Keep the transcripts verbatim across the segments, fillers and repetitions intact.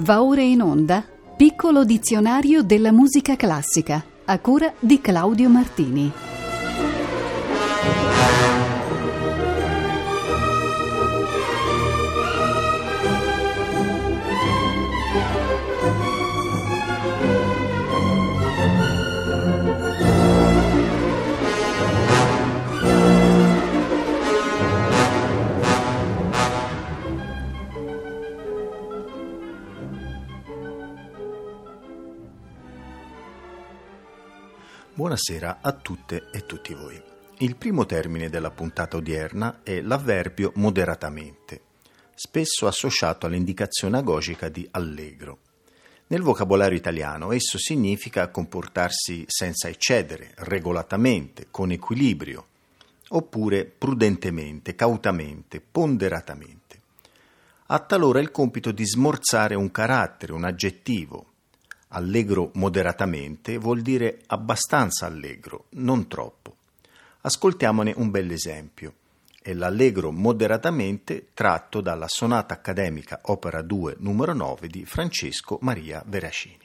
Va ora in onda Piccolo dizionario della musica classica, a cura di Claudio Martini. Buonasera a tutte e tutti voi. Il primo termine della puntata odierna è l'avverbio moderatamente, spesso associato all'indicazione agogica di allegro. Nel vocabolario italiano esso significa comportarsi senza eccedere, regolatamente, con equilibrio, oppure prudentemente, cautamente, ponderatamente. Ha talora il compito di smorzare un carattere, un aggettivo. Allegro moderatamente vuol dire abbastanza allegro, non troppo. Ascoltiamone un bell'esempio. È l'allegro moderatamente tratto dalla sonata accademica opera due numero nove di Francesco Maria Veracini.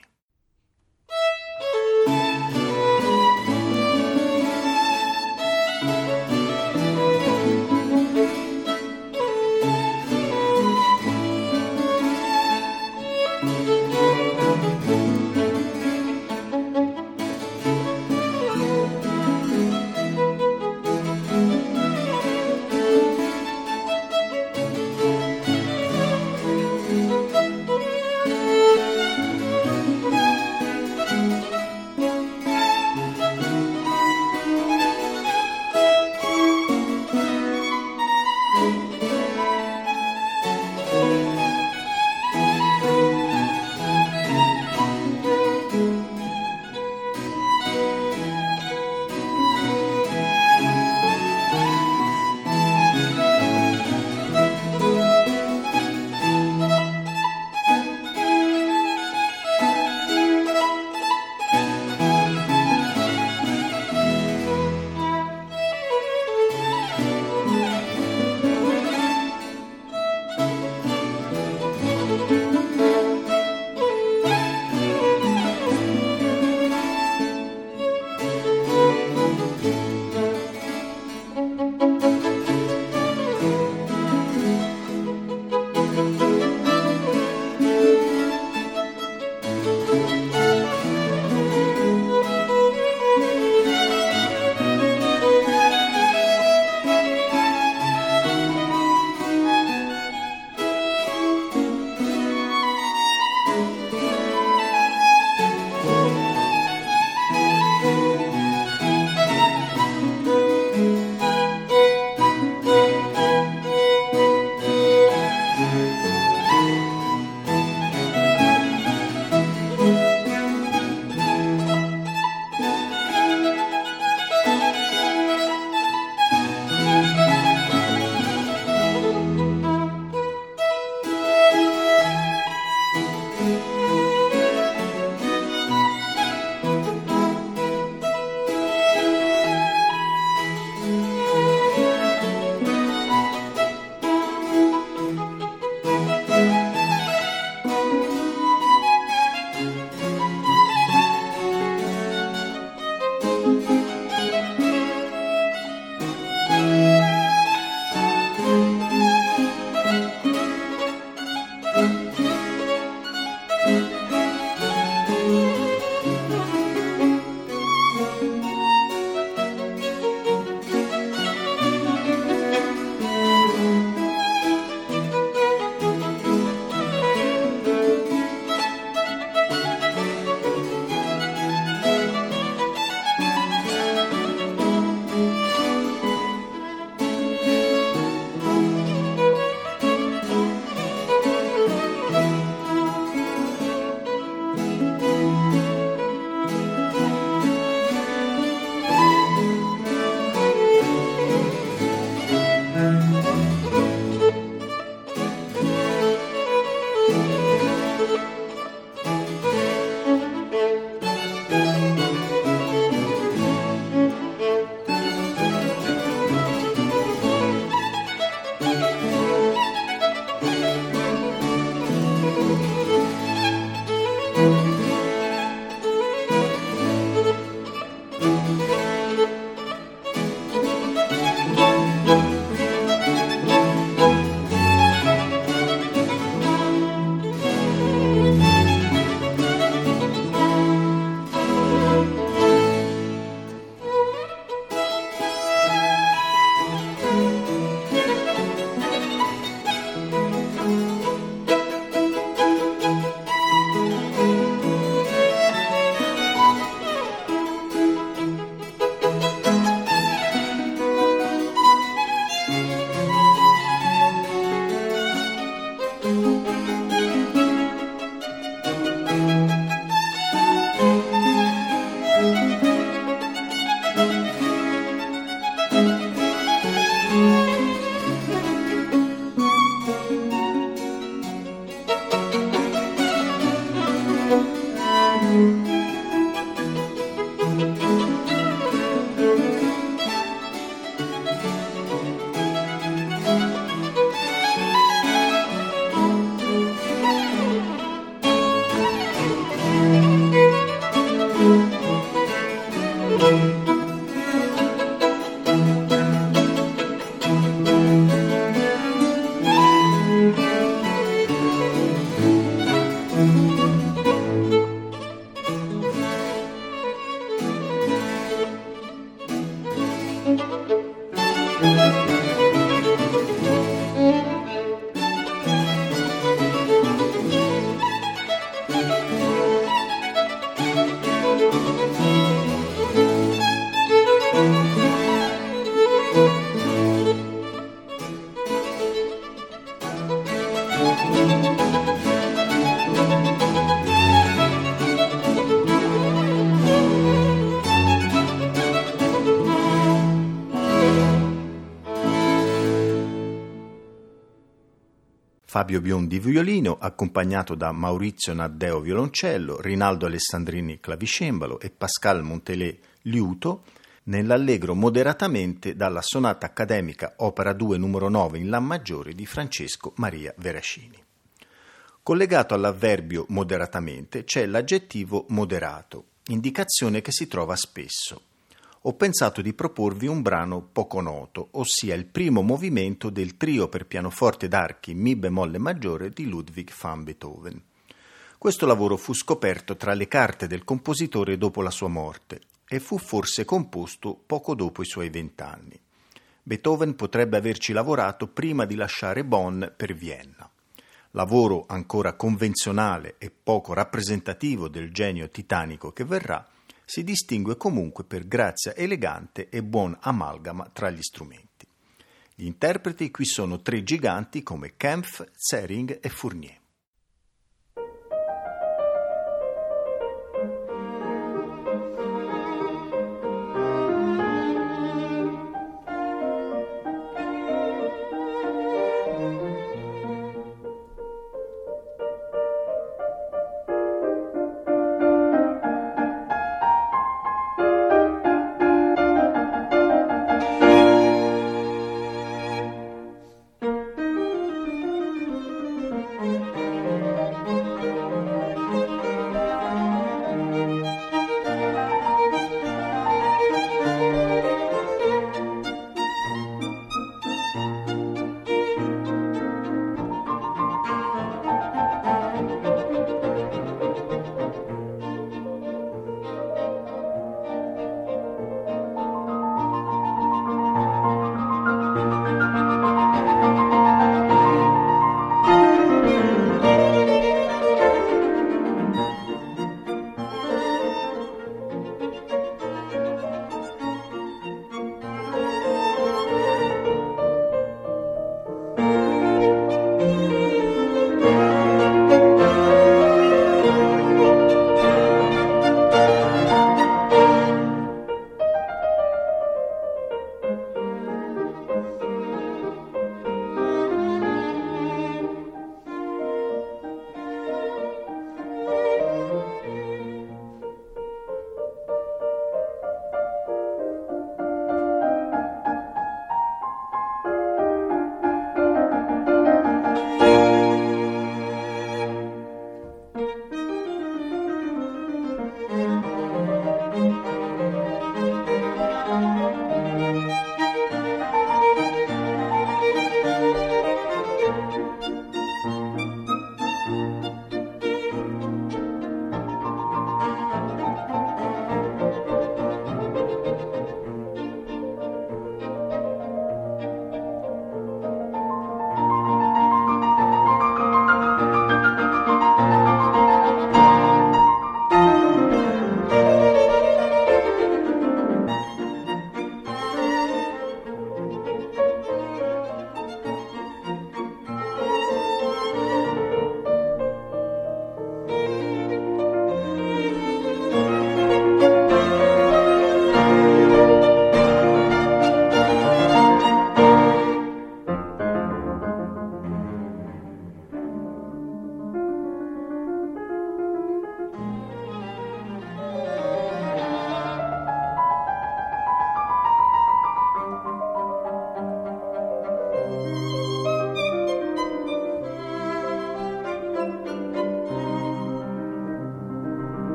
Fabio Biondi violino, accompagnato da Maurizio Naddeo violoncello, Rinaldo Alessandrini clavicembalo e Pascal Montelè liuto, nell'allegro moderatamente dalla sonata accademica opera due numero nove in La maggiore di Francesco Maria Verascini. Collegato all'avverbio moderatamente c'è l'aggettivo moderato, indicazione che si trova spesso. Ho pensato di proporvi un brano poco noto, ossia il primo movimento del trio per pianoforte d'archi Mi bemolle maggiore di Ludwig van Beethoven. Questo lavoro fu scoperto tra le carte del compositore dopo la sua morte e fu forse composto poco dopo i suoi vent'anni. Beethoven potrebbe averci lavorato prima di lasciare Bonn per Vienna. Lavoro ancora convenzionale e poco rappresentativo del genio titanico che verrà, si distingue comunque per grazia elegante e buon amalgama tra gli strumenti. Gli interpreti qui sono tre giganti come Kempff, Zering e Fournier.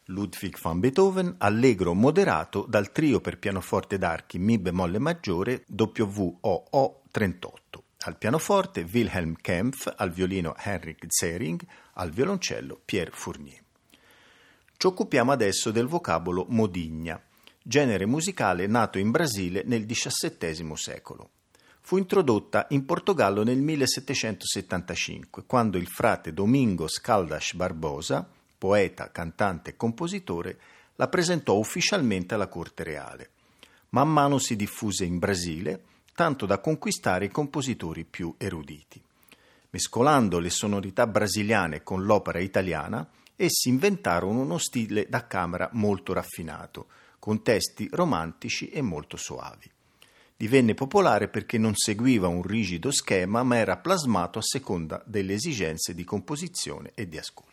Ludwig van Beethoven, allegro moderato dal trio per pianoforte d'archi Mi bemolle maggiore W O O trentotto. Al pianoforte Wilhelm Kempff, al violino Henrik Zering, al violoncello Pierre Fournier. Ci occupiamo adesso del vocabolo modigna, genere musicale nato in Brasile nel diciassettesimo secolo. Fu introdotta in Portogallo nel millesettecentosettantacinque, quando il frate Domingos Caldas Barbosa, poeta, cantante e compositore, la presentò ufficialmente alla corte reale. Man mano si diffuse in Brasile, tanto da conquistare i compositori più eruditi. Mescolando le sonorità brasiliane con l'opera italiana, essi inventarono uno stile da camera molto raffinato, con testi romantici e molto soavi. Divenne popolare perché non seguiva un rigido schema, ma era plasmato a seconda delle esigenze di composizione e di ascolto.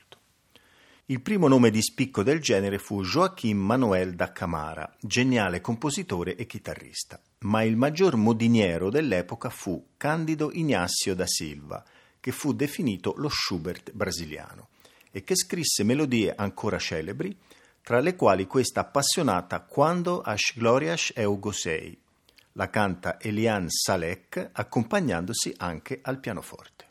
Il primo nome di spicco del genere fu Joaquim Manuel da Camara, geniale compositore e chitarrista, ma il maggior modiniero dell'epoca fu Cândido Inácio da Silva, che fu definito lo Schubert brasiliano e che scrisse melodie ancora celebri, tra le quali questa appassionata Quando as glorias eu gozei. La canta Eliane Salek, accompagnandosi anche al pianoforte.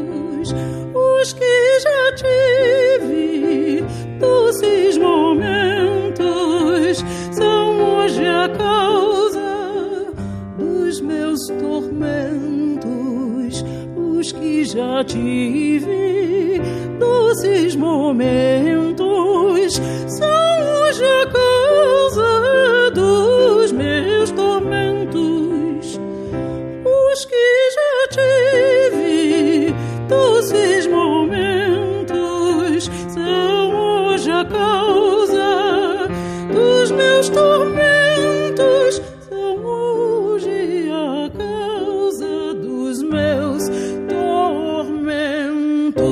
Os que já tive doces momentos. já tive doces momentos, são hoje a causa dos meus tormentos. Os que já tive doces momentos são hoje a causa dos meus tormentos. São hoje a causa dos meus tormentos.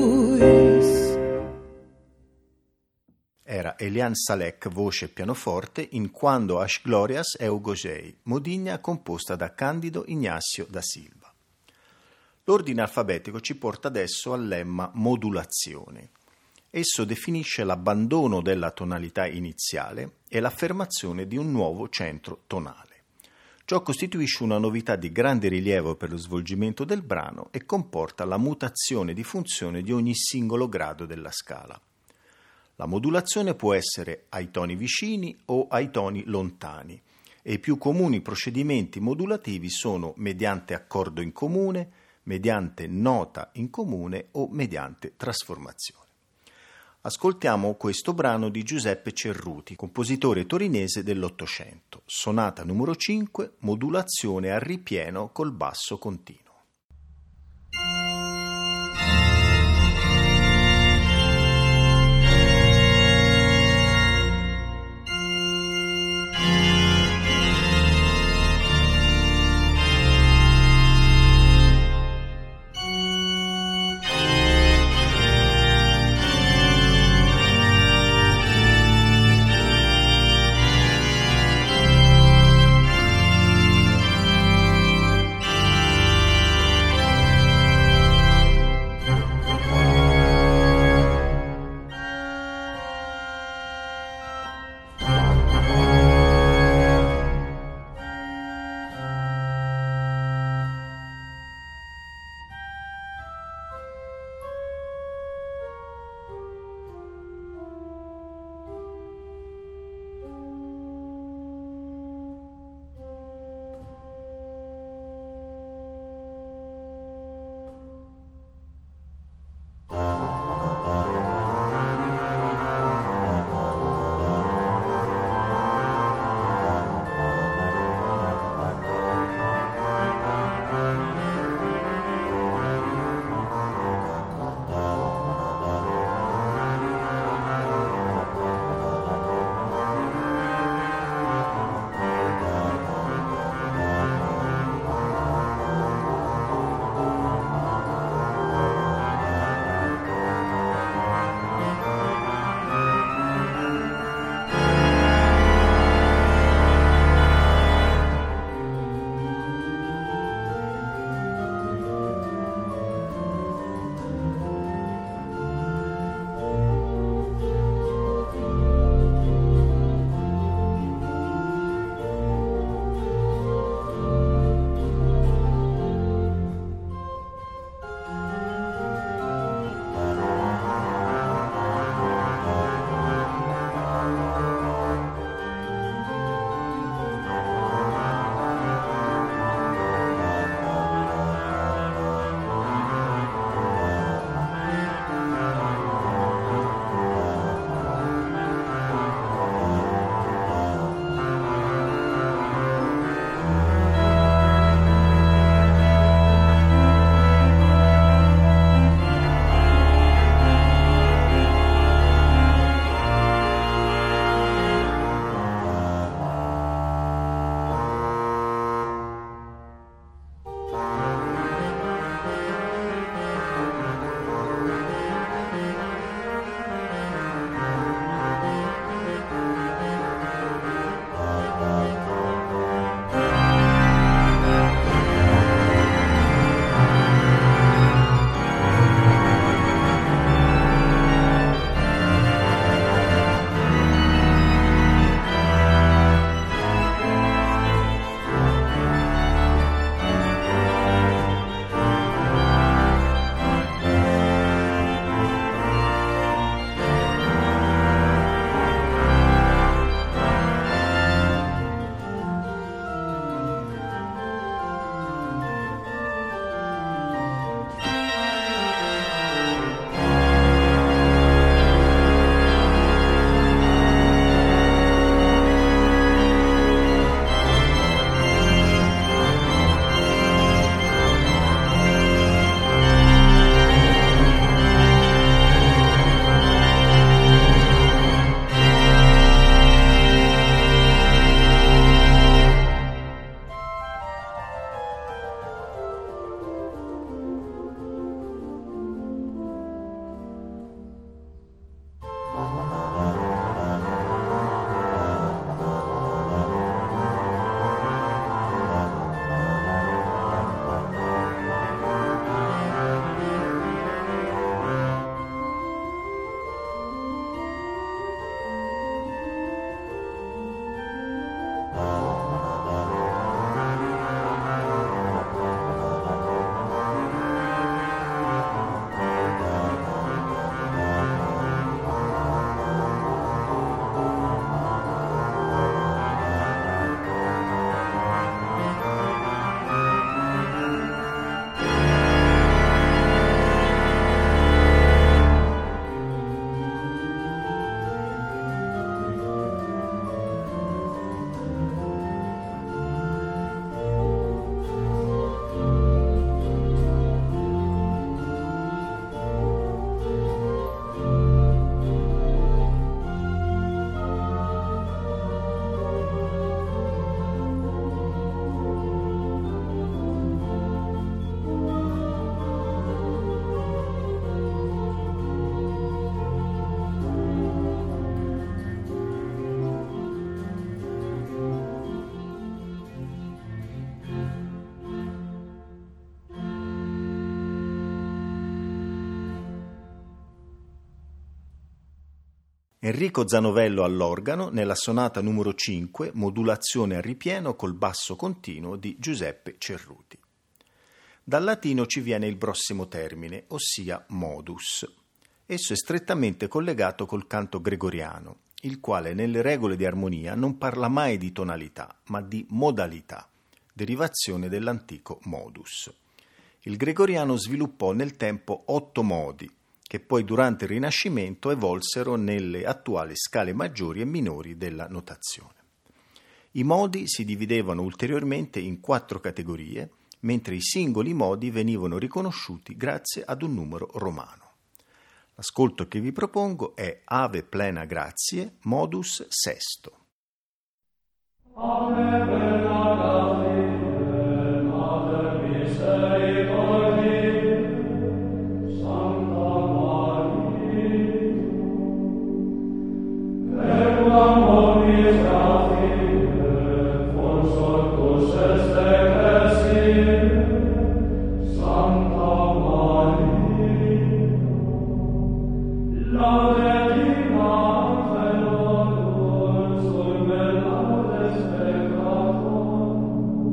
Era Eliane Salek, voce e pianoforte, in Quando as glorias eu gozei, modigna composta da Candido Ignacio da Silva. L'ordine alfabetico ci porta adesso al lemma modulazione. Esso definisce l'abbandono della tonalità iniziale e l'affermazione di un nuovo centro tonale. Ciò costituisce una novità di grande rilievo per lo svolgimento del brano e comporta la mutazione di funzione di ogni singolo grado della scala. La modulazione può essere ai toni vicini o ai toni lontani e i più comuni procedimenti modulativi sono mediante accordo in comune, mediante nota in comune o mediante trasformazione. Ascoltiamo questo brano di Giuseppe Cerruti, compositore torinese dell'Ottocento, sonata numero cinque, modulazione a ripieno col basso continuo. Enrico Zanovello all'organo nella sonata numero cinque, modulazione a ripieno col basso continuo di Giuseppe Cerruti. Dal latino ci viene il prossimo termine, ossia modus. Esso è strettamente collegato col canto gregoriano, il quale nelle regole di armonia non parla mai di tonalità, ma di modalità, derivazione dell'antico modus. Il gregoriano sviluppò nel tempo otto modi, che poi durante il Rinascimento evolsero nelle attuali scale maggiori e minori della notazione. I modi si dividevano ulteriormente in quattro categorie, mentre i singoli modi venivano riconosciuti grazie ad un numero romano. L'ascolto che vi propongo è Ave plena grazie, modus sesto. Ave plena grazie, Mater misericordiae, Santa Maria, per l'amore grazie, consortus est Laudetur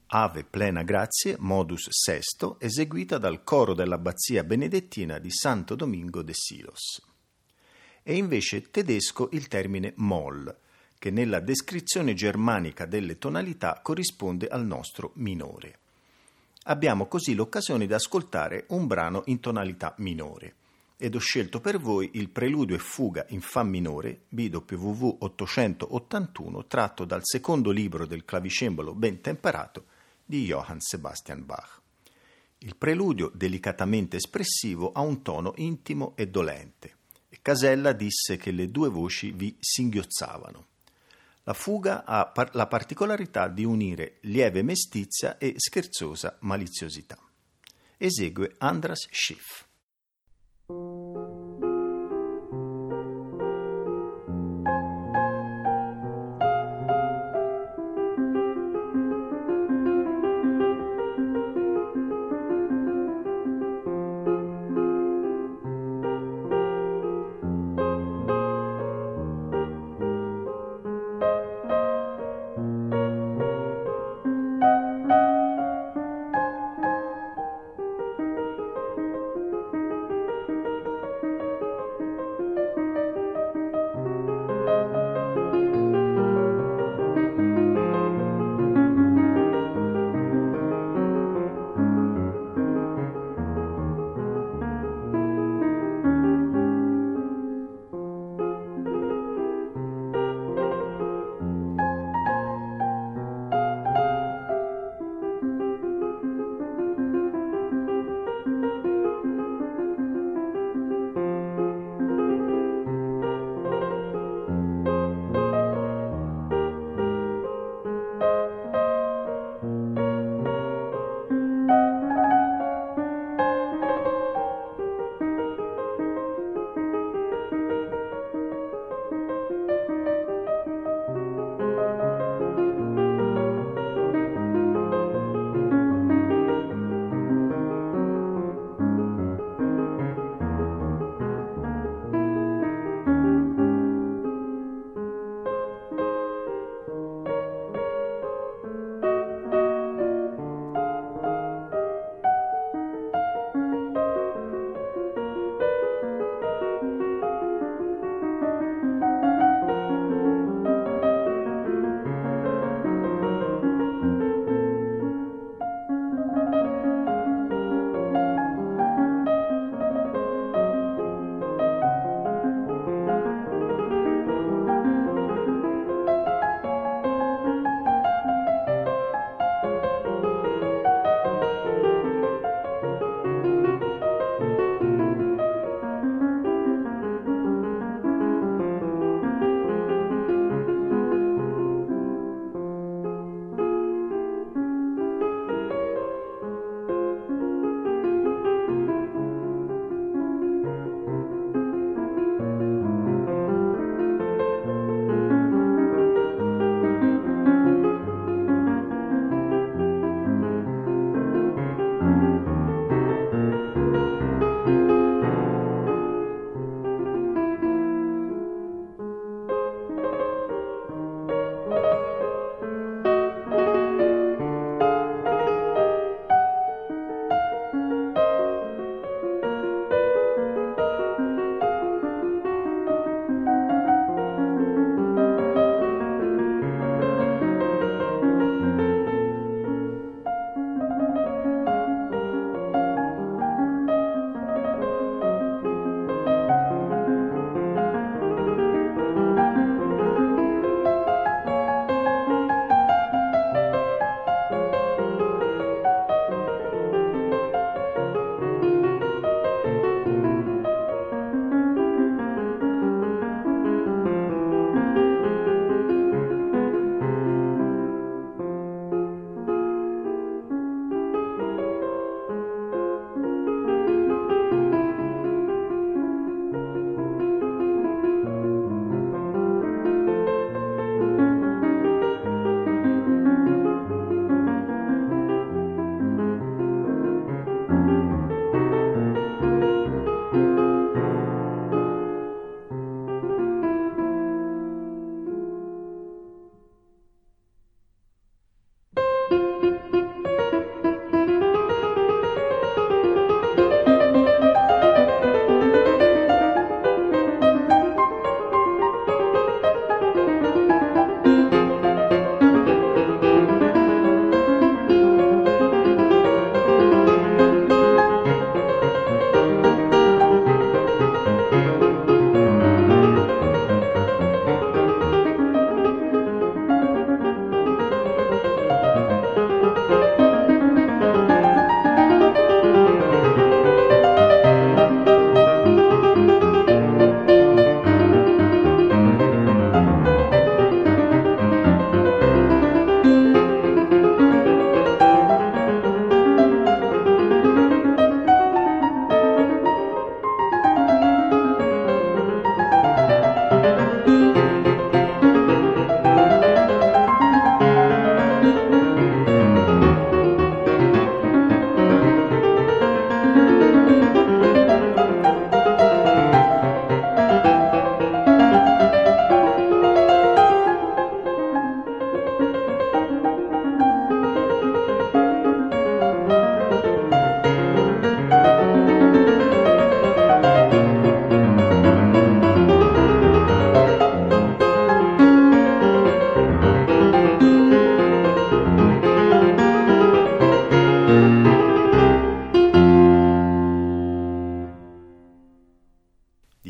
Ave plena grazie, modus sesto, eseguita dal coro dell'abbazia benedettina di Santo Domingo de Silos. E invece tedesco il termine Moll, che nella descrizione germanica delle tonalità corrisponde al nostro minore. Abbiamo così l'occasione di ascoltare un brano in tonalità minore, ed ho scelto per voi il preludio e fuga in fa minore B W V ottocentottantuno, tratto dal secondo libro del clavicembalo ben temperato di Johann Sebastian Bach. Il preludio, delicatamente espressivo, ha un tono intimo e dolente, e Casella disse che le due voci vi singhiozzavano. La fuga ha par- la particolarità di unire lieve mestizia e scherzosa maliziosità. Esegue Andras Schiff.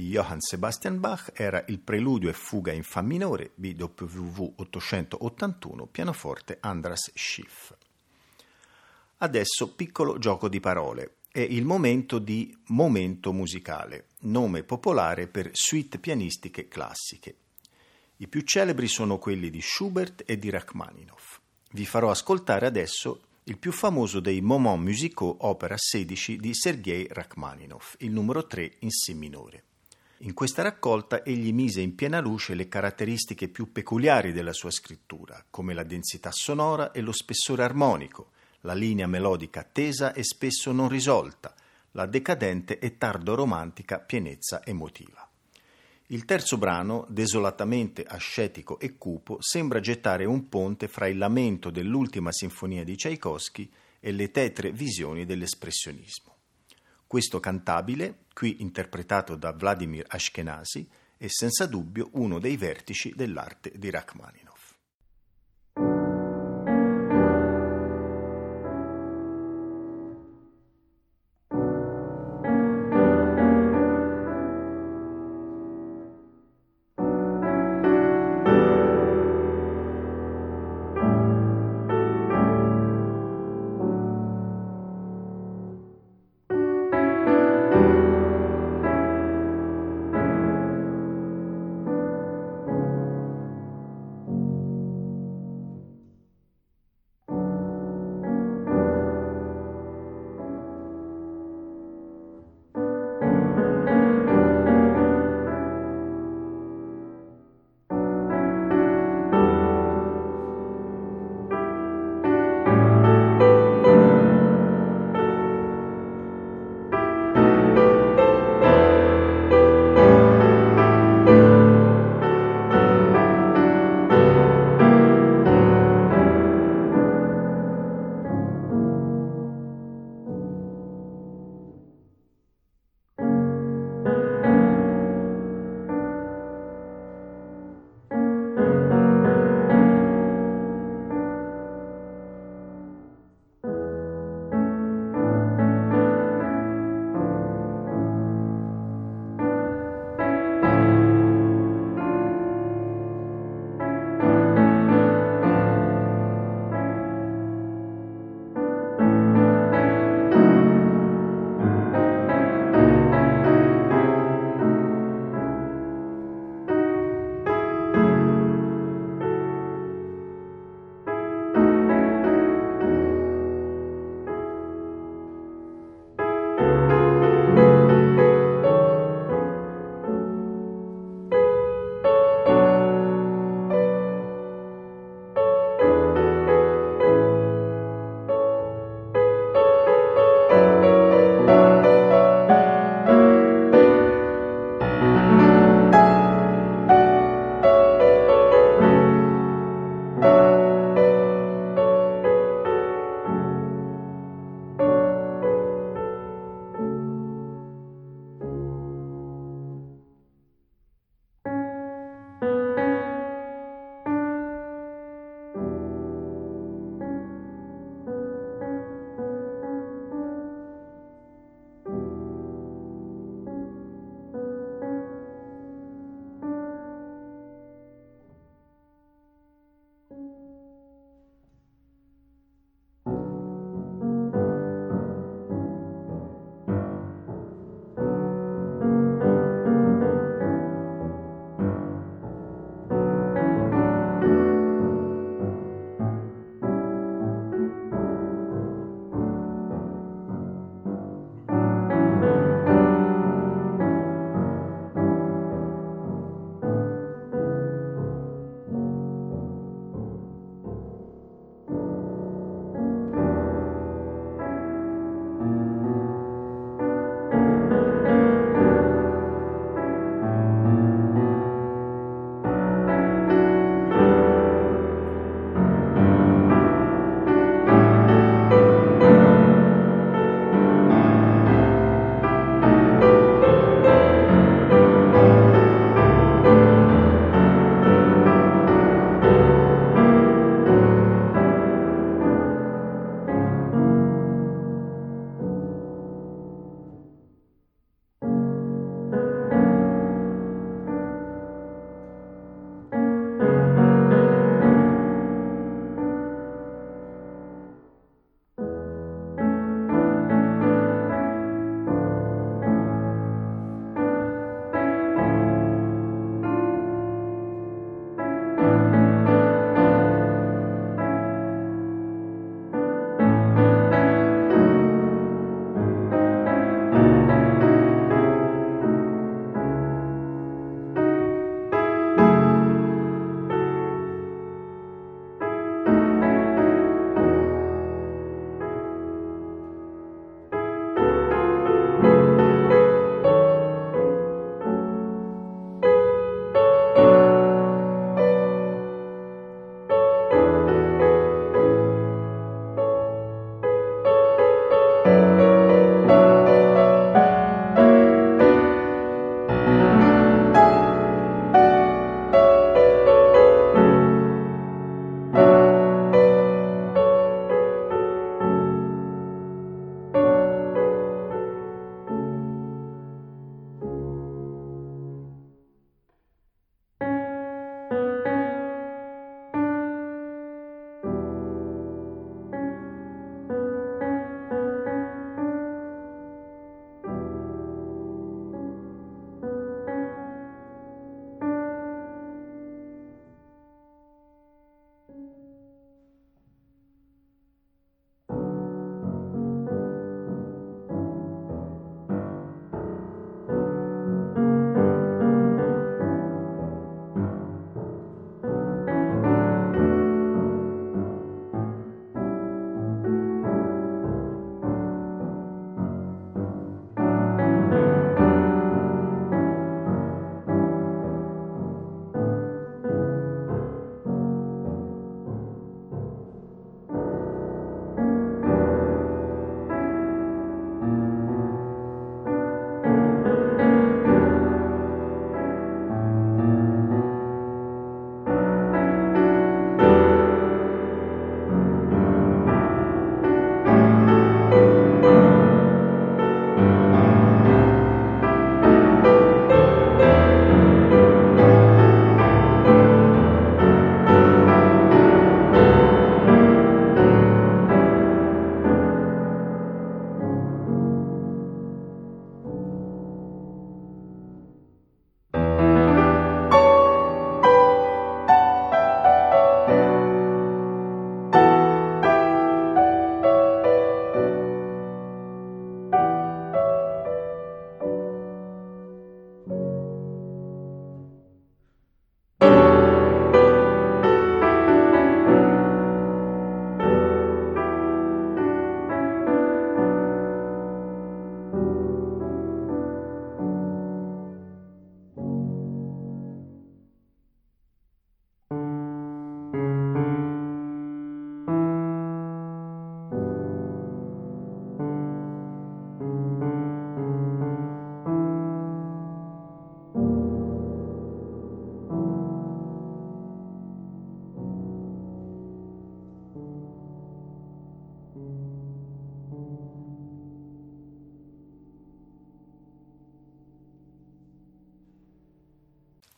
Johann Sebastian Bach era il preludio e fuga in fa minore, B W V ottocentottantuno, pianoforte Andras Schiff. Adesso piccolo gioco di parole. È il momento di momento musicale, nome popolare per suite pianistiche classiche. I più celebri sono quelli di Schubert e di Rachmaninoff. Vi farò ascoltare adesso il più famoso dei Moments musicaux, opera sedici di Sergei Rachmaninoff, il numero tre in Si minore. In questa raccolta egli mise in piena luce le caratteristiche più peculiari della sua scrittura, come la densità sonora e lo spessore armonico, la linea melodica tesa e spesso non risolta, la decadente e tardo-romantica pienezza emotiva. Il terzo brano, desolatamente ascetico e cupo, sembra gettare un ponte fra il lamento dell'ultima sinfonia di Tchaikovsky e le tetre visioni dell'espressionismo. Questo cantabile, qui interpretato da Vladimir Ashkenazy, è senza dubbio uno dei vertici dell'arte di Rachmaninoff.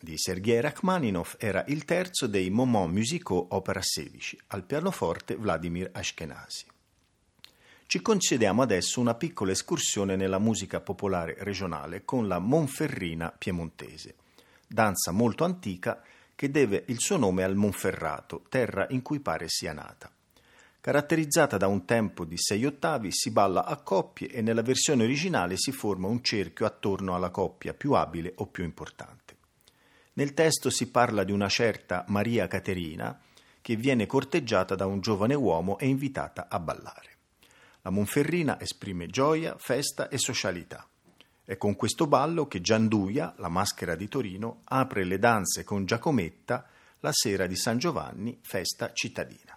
di Sergei Rachmaninov era il terzo dei Moments Musicaux opera sedici, al pianoforte Vladimir Ashkenazy. Ci concediamo adesso una piccola escursione nella musica popolare regionale con la Monferrina piemontese, danza molto antica che deve il suo nome al Monferrato, terra in cui pare sia nata. Caratterizzata da un tempo di sei ottavi, si balla a coppie e nella versione originale si forma un cerchio attorno alla coppia più abile o più importante. Nel testo si parla di una certa Maria Caterina che viene corteggiata da un giovane uomo e invitata a ballare. La Monferrina esprime gioia, festa e socialità. È con questo ballo che Gianduia, la maschera di Torino, apre le danze con Giacometta la sera di San Giovanni, festa cittadina.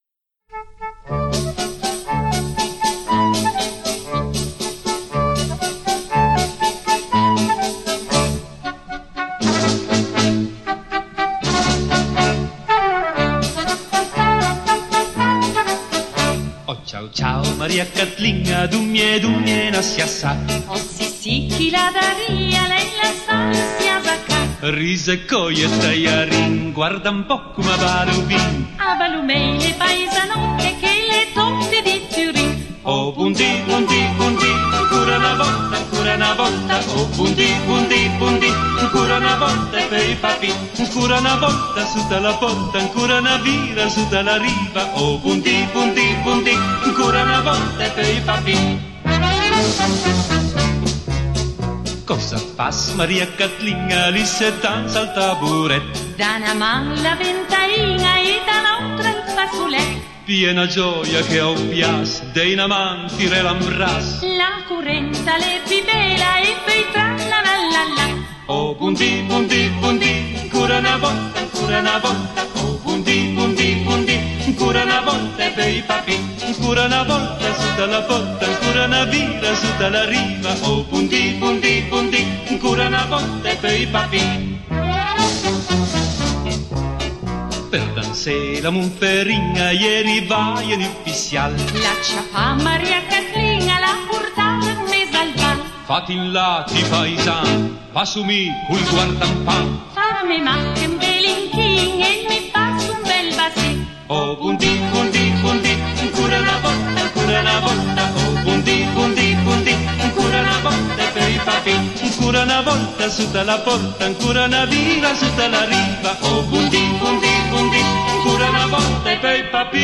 Oh ciao ciao Maria Catlina, dumie dumie na sia sa. Oh sì sì, chi la daria, lei la sa, sia zacca. Risa e coia e tagliarin, guarda un po' come va l'ubin. A balumei le paesanotte che le totte di Turin. Oh bundi bundi bundi, ancora una volta, ancora una volta. Oh bundi bundi bundi, ancora una volta per i papi. Ancora una volta su dalla porta, ancora una vira su dalla riva. Oh bundi bundi bundi, ancora una volta per i papi. Cosa fas Maria Catlina, lì se danza al taburet. Da una man la ventaina e dall'altra il fasulet. Piena gioia che ho pias, dei namanti re l'ambras. La curenta le pibela e poi tra la la la la. Oh bundi bundi bundi, ancora una volta, ancora una volta. Oh bundi bundi bundi, ancora una volta per i papi. Ancora una volta su dalla porta, ancora una vira su dalla riva. Oh bundi bundi bundi, ancora una volta per i papi. Per danse la Monferrina ieri va in il pissial. La ciapà Maria Catlina la portata in mezzo al bal. Fatti in lati paisan, fa su mi col guardampà. Fammi macchia un belinchin e mi passo un bel basì. Oh bundi bundi bundi, ancora una volta, ancora una volta. Oh bundi bundi bundi, ancora una volta per i papi. Ancora una volta su dalla porta, ancora una vira su dalla riva. Oh bundi bundi bundi, ancora una volta per i papi.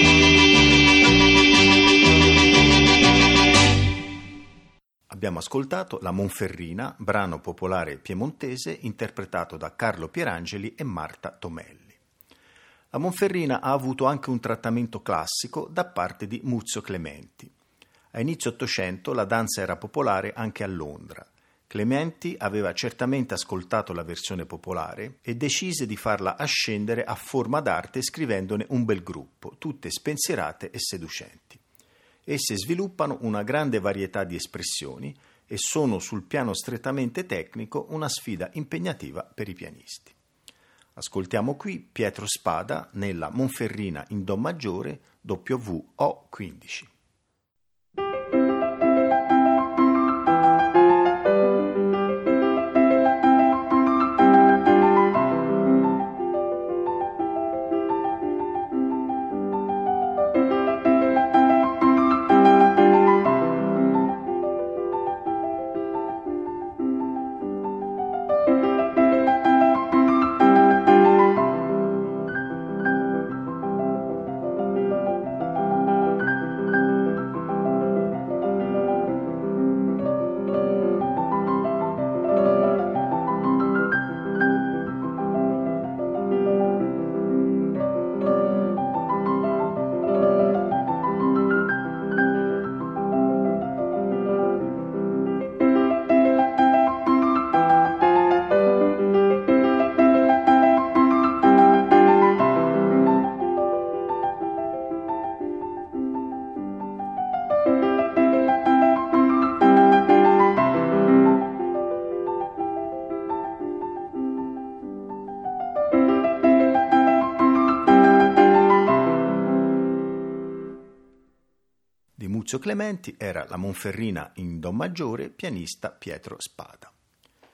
Abbiamo ascoltato La Monferrina, brano popolare piemontese interpretato da Carlo Pierangeli e Marta Tomelli. La Monferrina ha avuto anche un trattamento classico da parte di Muzio Clementi. A inizio Ottocento la danza era popolare anche a Londra. Clementi aveva certamente ascoltato la versione popolare e decise di farla ascendere a forma d'arte scrivendone un bel gruppo, tutte spensierate e seducenti. Esse sviluppano una grande varietà di espressioni e sono sul piano strettamente tecnico una sfida impegnativa per i pianisti. Ascoltiamo qui Pietro Spada nella Monferrina in Do maggiore W O quindici. Muzio Clementi era la Monferrina in Do maggiore, pianista Pietro Spada.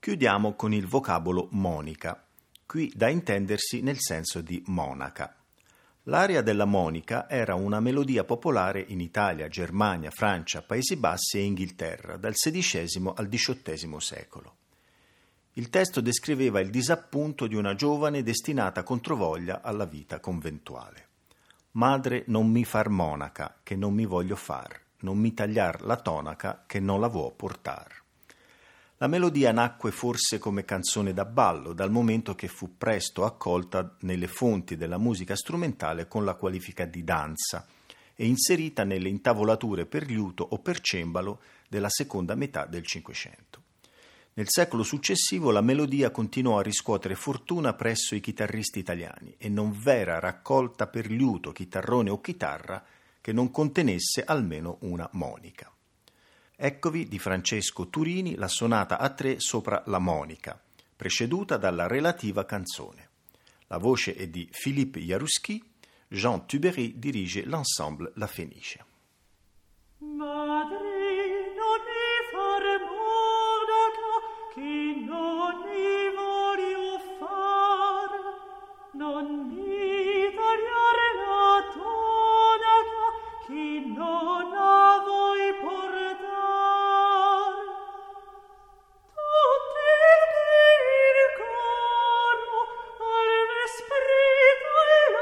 Chiudiamo con il vocabolo monica, qui da intendersi nel senso di monaca. L'aria della monica era una melodia popolare in Italia, Germania, Francia, Paesi Bassi e Inghilterra dal sedicesimo al diciottesimo secolo. Il testo descriveva il disappunto di una giovane destinata controvoglia alla vita conventuale. Madre, non mi far monaca, che non mi voglio far, non mi tagliar la tonaca, che non la vuò portar. La melodia nacque forse come canzone da ballo, dal momento che fu presto accolta nelle fonti della musica strumentale con la qualifica di danza e inserita nelle intavolature per liuto o per cembalo della seconda metà del Cinquecento. Nel secolo successivo la melodia continuò a riscuotere fortuna presso i chitarristi italiani e non v'era raccolta per liuto, chitarrone o chitarra che non contenesse almeno una monica. Eccovi di Francesco Turini la sonata a tre sopra la monica, preceduta dalla relativa canzone. La voce è di Philippe Jarouski, Jean Tubery dirige l'ensemble La Fenice. Madre, non mi fare monaca, che non mi voglio far, non mi tagliare la tonaca, che non la vuoi portar.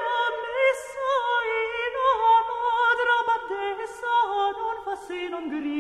Non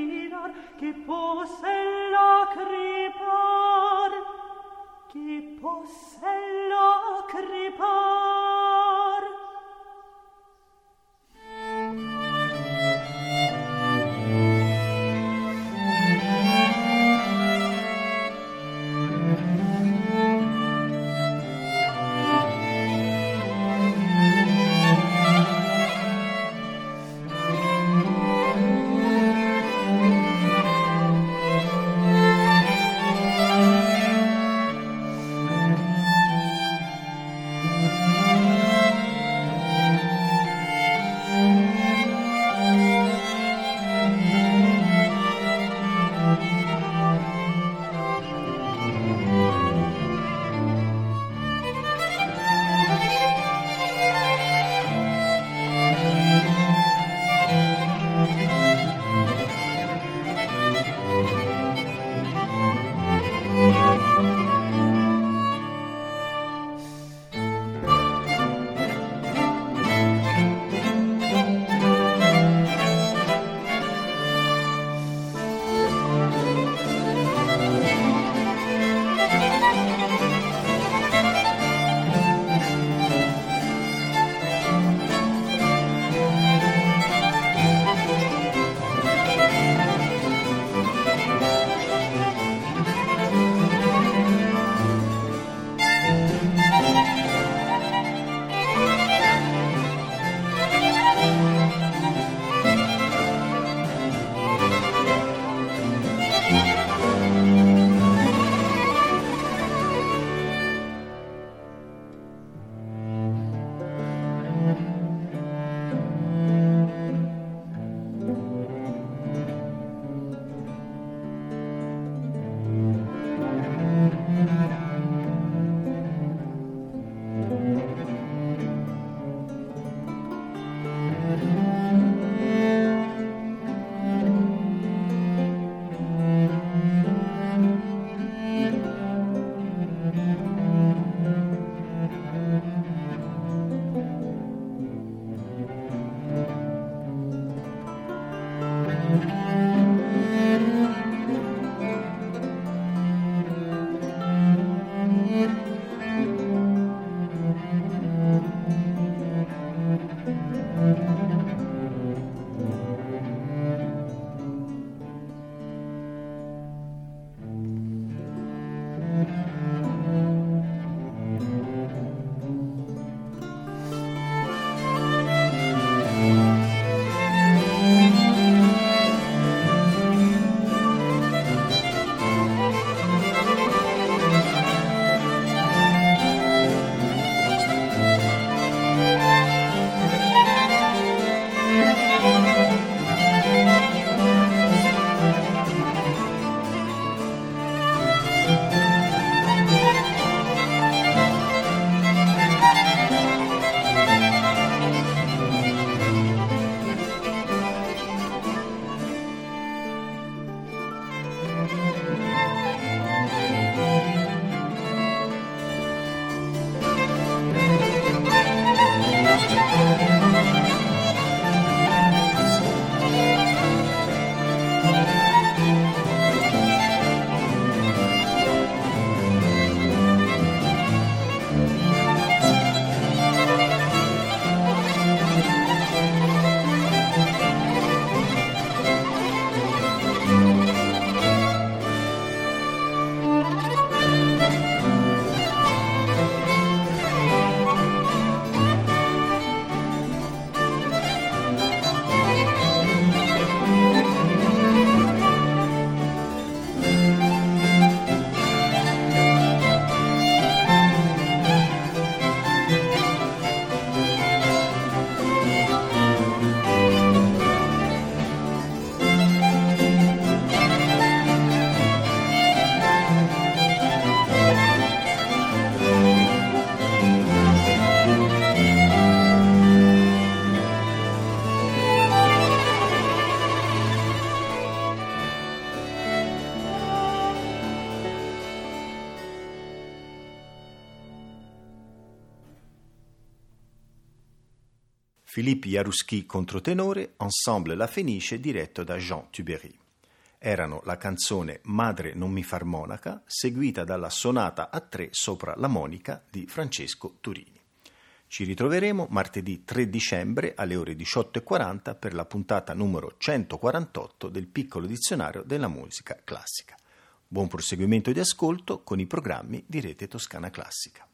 Philippe Jarouski controtenore, Ensemble La Fenice diretto da Jean Tubéry. Erano la canzone Madre non mi far monaca, seguita dalla sonata a tre sopra la monica di Francesco Turini. Ci ritroveremo martedì tre dicembre alle ore diciotto e quaranta per la puntata numero centoquarantotto del piccolo dizionario della musica classica. Buon proseguimento di ascolto con i programmi di Rete Toscana Classica.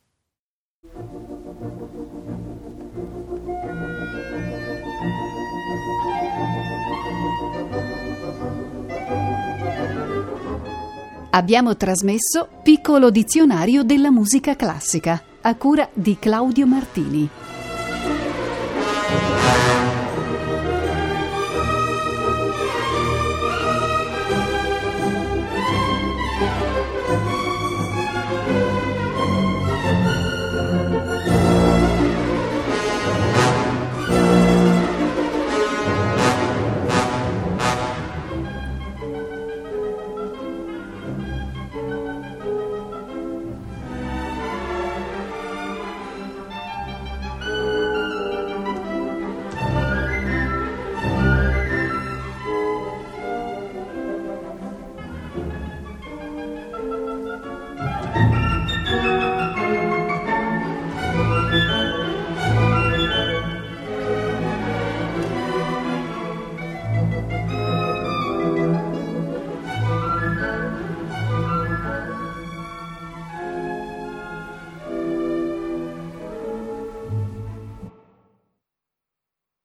Abbiamo trasmesso Piccolo dizionario della musica classica, a cura di Claudio Martini.